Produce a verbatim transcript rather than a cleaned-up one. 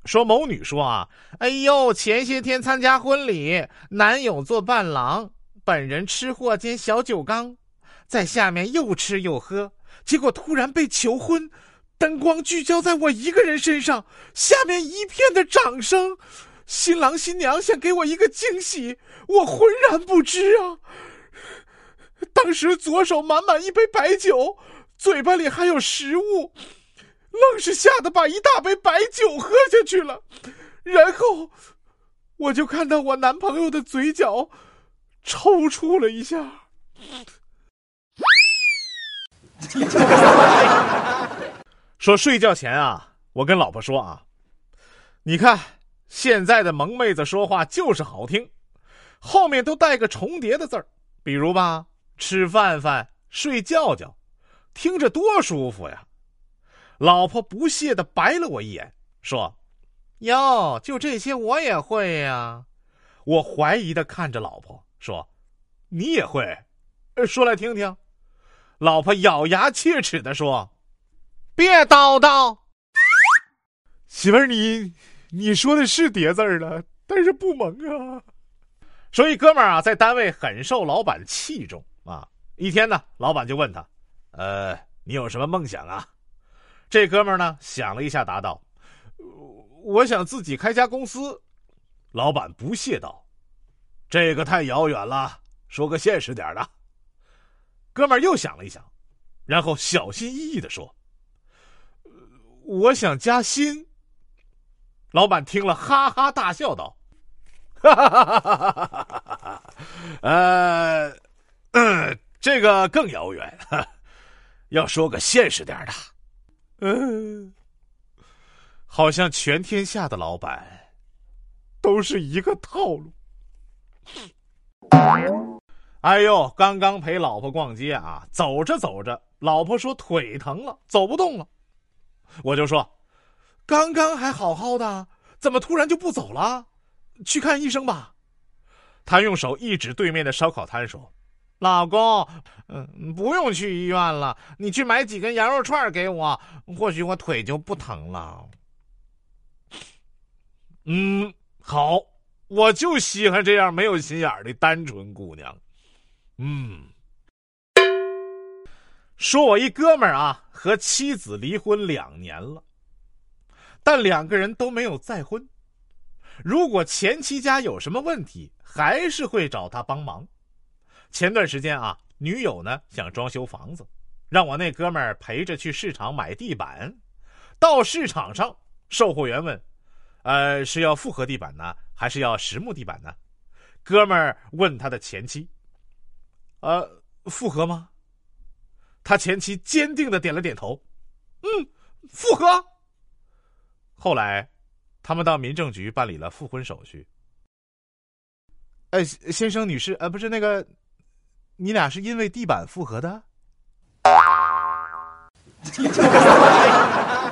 说某女说啊，哎呦，前些天参加婚礼，男友做伴郎，本人吃货兼小酒缸，在下面又吃又喝，结果突然被求婚，灯光聚焦在我一个人身上，下面一片的掌声，新郎新娘想给我一个惊喜，我浑然不知啊。当时左手满满一杯白酒，嘴巴里还有食物，愣是吓得把一大杯白酒喝下去了。然后我就看到我男朋友的嘴角抽搐了一下。说睡觉前啊，我跟老婆说啊，你看现在的萌妹子说话就是好听，后面都带个重叠的字儿，比如吧，吃饭饭，睡觉觉，听着多舒服呀。老婆不屑地白了我一眼，说，哟，就这些我也会呀。我怀疑地看着老婆说，你也会？说来听听。老婆咬牙切齿地说，别叨叨。媳妇儿，你你说的是叠字儿了，但是不萌啊。所以哥们儿啊，在单位很受老板器重啊。一天呢，老板就问他，呃，你有什么梦想啊？这哥们儿呢，想了一下答道，我想自己开家公司。老板不屑道，这个太遥远了，说个现实点的。哥们儿又想了一想，然后小心翼翼地说，我想加薪。老板听了哈哈大笑道，哈哈哈哈哈哈，呃，嗯，这个更遥远，要说个现实点的。嗯，好像全天下的老板都是一个套路。哎呦，刚刚陪老婆逛街啊，走着走着，老婆说腿疼了，走不动了。我就说，刚刚还好好的，怎么突然就不走了？去看医生吧。他用手一指对面的烧烤摊说，老公，嗯，不用去医院了，你去买几根羊肉串给我，或许我腿就不疼了。嗯，好，我就喜欢这样没有心眼的单纯姑娘。嗯，说我一哥们儿啊，和妻子离婚两年了，但两个人都没有再婚。如果前妻家有什么问题，还是会找他帮忙。前段时间啊，女友呢想装修房子，让我那哥们儿陪着去市场买地板。到市场上，售货员问，呃，是要复合地板呢，还是要实木地板呢？哥们儿问他的前妻，呃，复合吗？他前妻坚定地点了点头，嗯，复合。后来他们到民政局办理了复婚手续。呃，先生女士，呃，不是那个，你俩是因为地板复合的？